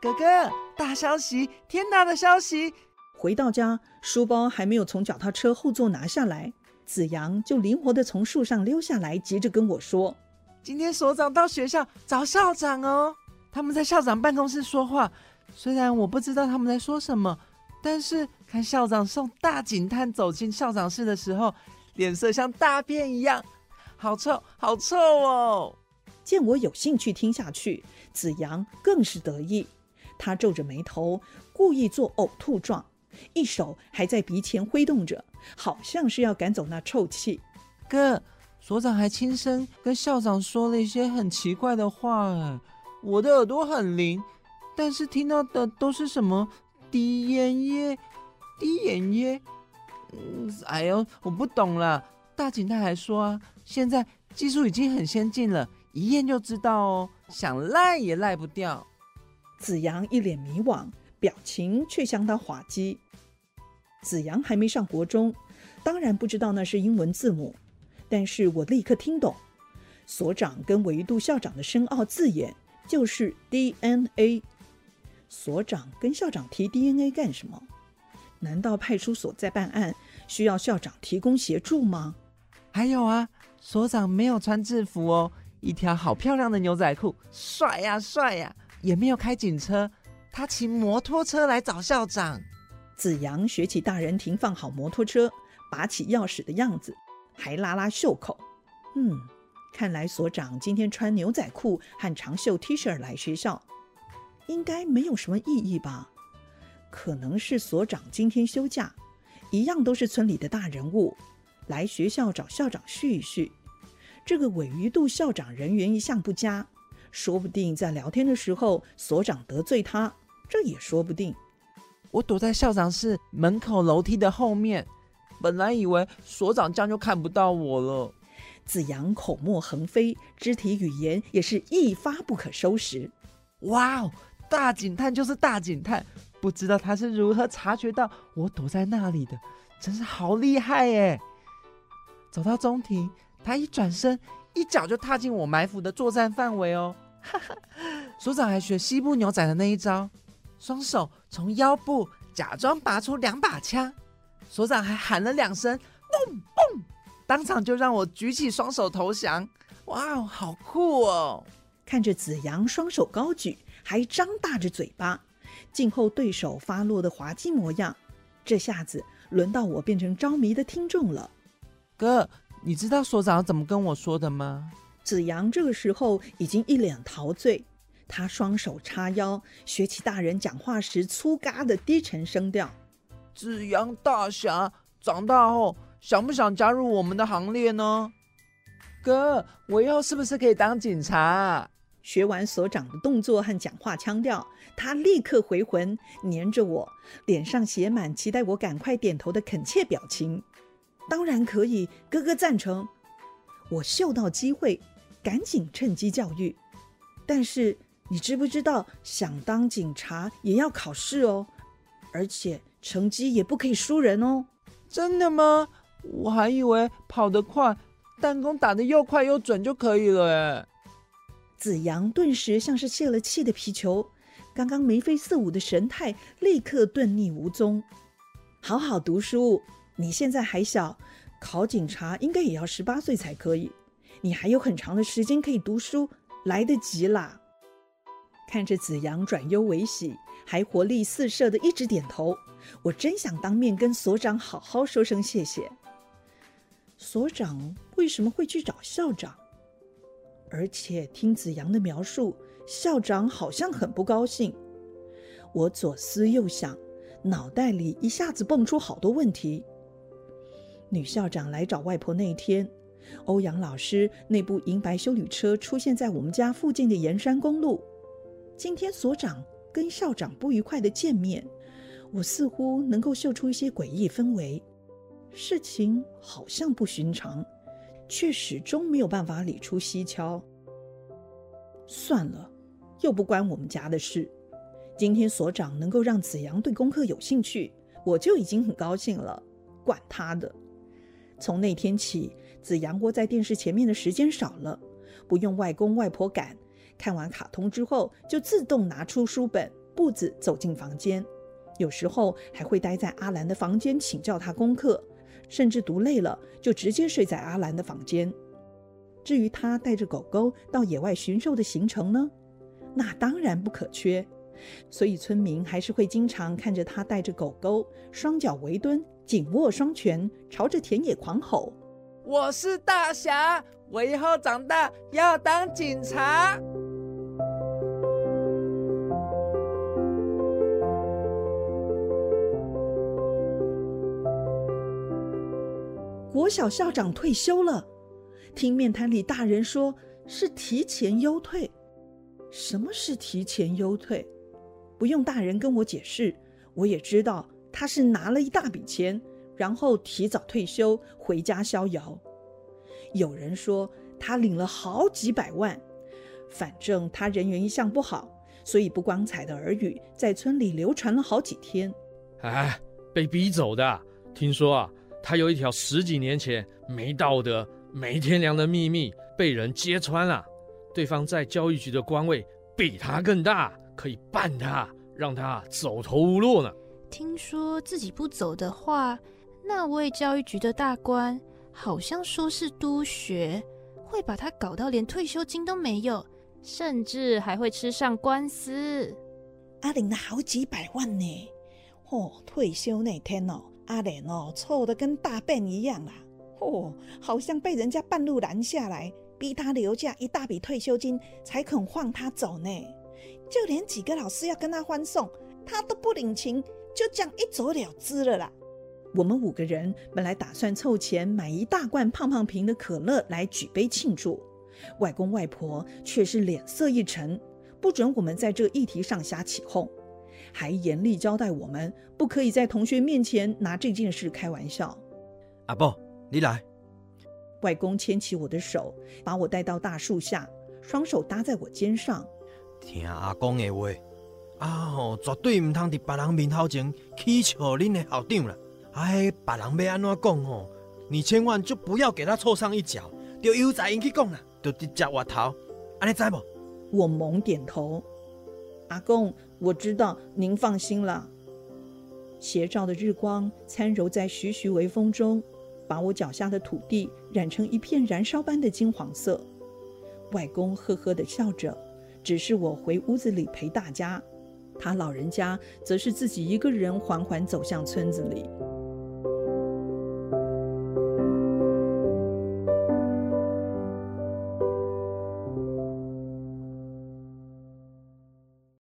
哥哥，大消息，天大的消息！ 回到家，书包还没有从脚踏车后座拿下来，子阳就灵活地从树上溜下来，急着跟我说： 今天所长到学校找校长哦，他们在校长办公室说话，虽然我不知道他们在说什么，但是看校长送大警探走进校长室的时候，脸色像大便一样，好臭好臭哦。 见我有兴趣听下去，子阳更是得意，他皱着眉头，故意做呕吐状，一手还在鼻前挥动着，好像是要赶走那臭气。 哥，所长还亲身跟校长说了一些很奇怪的话，我的耳朵很灵，但是听到的都是什么低眼液低眼液，哎呦，我不懂了。大警探还说啊，现在技术已经很先进了，一验就知道哦，想赖也赖不掉。 子阳一脸迷惘，表情却相当滑稽。子阳还没上国中，当然不知道那是英文字母，但是我立刻听懂，所长跟维度校长的深奥字眼就是 DNA。 所长跟校长提 DNA 干什么？难道派出所在办案，需要校长提供协助吗？ 还有啊，所长没有穿制服哦，一条好漂亮的牛仔裤，帅呀帅呀，也没有开警车，他骑摩托车来找校长。 子阳学起大人停放好摩托车，拔起钥匙的样子，还拉拉袖口。看来所长今天穿牛仔裤和长袖 T 恤来学校，应该没有什么意义吧？可能是所长今天休假，一样都是村里的大人物，来学校找校长叙一叙。这个韦鱼度校长人缘一向不佳，说不定在聊天的时候所长得罪他，这也说不定。 我躲在校长室门口楼梯的后面，本来以为所长这样就看不到我了。 子阳口沫横飞，肢体语言也是一发不可收拾。 哇哦，大警探就是大警探，不知道他是如何察觉到我躲在那里的，真是好厉害耶！走到中庭，他一转身，一脚就踏进我埋伏的作战范围哦。所长还学西部牛仔的那一招，双手从腰部假装拔出2把枪，所长还喊了2声蹦蹦，当场就让我举起双手投降。哇，好酷哦！ 看着子阳双手高举，还张大着嘴巴，静候对手发落的滑稽模样，这下子轮到我变成着迷的听众了。 哥，你知道所长怎么跟我说的吗？ 子阳这个时候已经一脸陶醉，他双手叉腰，学起大人讲话时粗嘎的低沉声调。 子阳大侠，长大后想不想加入我们的行列呢？哥，我以后是不是可以当警察？ 学完所长的动作和讲话腔调，他立刻回魂，黏着我，脸上写满期待我赶快点头的恳切表情。当然可以，哥哥赞成。我嗅到机会，赶紧趁机教育。但是你知不知道，想当警察也要考试哦，而且成绩也不可以输人哦。 真的吗？我还以为跑得快，弹弓打得又快又准就可以了耶。 子阳顿时像是泄了气的皮球，刚刚眉飞色舞的神态立刻遁匿无踪。好好读书，你现在还小，考警察应该也要18岁才可以，你还有很长的时间可以读书，来得及啦。看着子阳转忧为喜，还活力四射的一直点头，我真想当面跟所长好好说声谢谢。所长为什么会去找校长？而且听子阳的描述，校长好像很不高兴。我左思右想，脑袋里一下子蹦出好多问题。女校长来找外婆那天，欧阳老师那部银白休旅车出现在我们家附近的沿山公路。今天所长跟校长不愉快的见面，我似乎能够嗅出一些诡异氛围。事情好像不寻常，却始终没有办法理出蹊跷。算了，又不关我们家的事。今天所长能够让子阳对功课有兴趣，我就已经很高兴了，管他的。从那天起，子阳窝在电视前面的时间少了，不用外公外婆赶，看完卡通之后就自动拿出书本， 步子走进房间，有时候还会待在阿兰的房间请教他功课，甚至读累了就直接睡在阿兰的房间。至于他带着狗狗到野外巡狩的行程呢，那当然不可缺，所以村民还是会经常看着他带着狗狗，双脚围蹲，紧握双拳，朝着田野狂吼： 我是大侠，我以后长大要当警察。 国小校长退休了，听面摊里大人说是提前优退。什么是提前优退？不用大人跟我解释，我也知道他是拿了一大笔钱，然后提早退休回家逍遥。有人说他领了好几百万，反正他人缘一向不好，所以不光彩的耳语在村里流传了好几天。 被逼走的。听说他有一条10几年前没道德、没天良的秘密被人揭穿了，对方在教育局的官位比他更大，可以办他，让他走投无路呢。 听说自己不走的话，那位教育局的大官好像说是督学，会把他搞到连退休金都没有，甚至还会吃上官司。 领了好几百万呢。退休那天阿莲臭得跟大便一样啦。好像被人家半路拦下来，逼他留下一大笔退休金才肯放他走呢。就连几个老师要跟他欢送，他都不领情，就这样一走了之了啦。我们5个人本来打算凑钱买一大罐胖胖瓶的可乐来举杯庆祝，外公外婆却是脸色一沉，不准我们在这个议题上瞎起哄，还严厉交代我们不可以在同学面前拿这件事开玩笑。 阿伯，你来。 外公牵起我的手，把我带到大树下，双手搭在我肩上。 听阿公的话，绝对唔通伫别人面头前起笑恁的校长啦。别人要安怎讲你千万就不要给他凑上一脚，就悠哉因去讲啦，就直接滑头，安尼知无？ 我猛点头。阿公，我知道，您放心啦。斜照的日光参揉在徐徐微风中，把我脚下的土地染成一片燃烧般的金黄色。外公呵呵地笑着，指示我回屋子里陪大家，他老人家则是自己一个人缓缓走向村子里。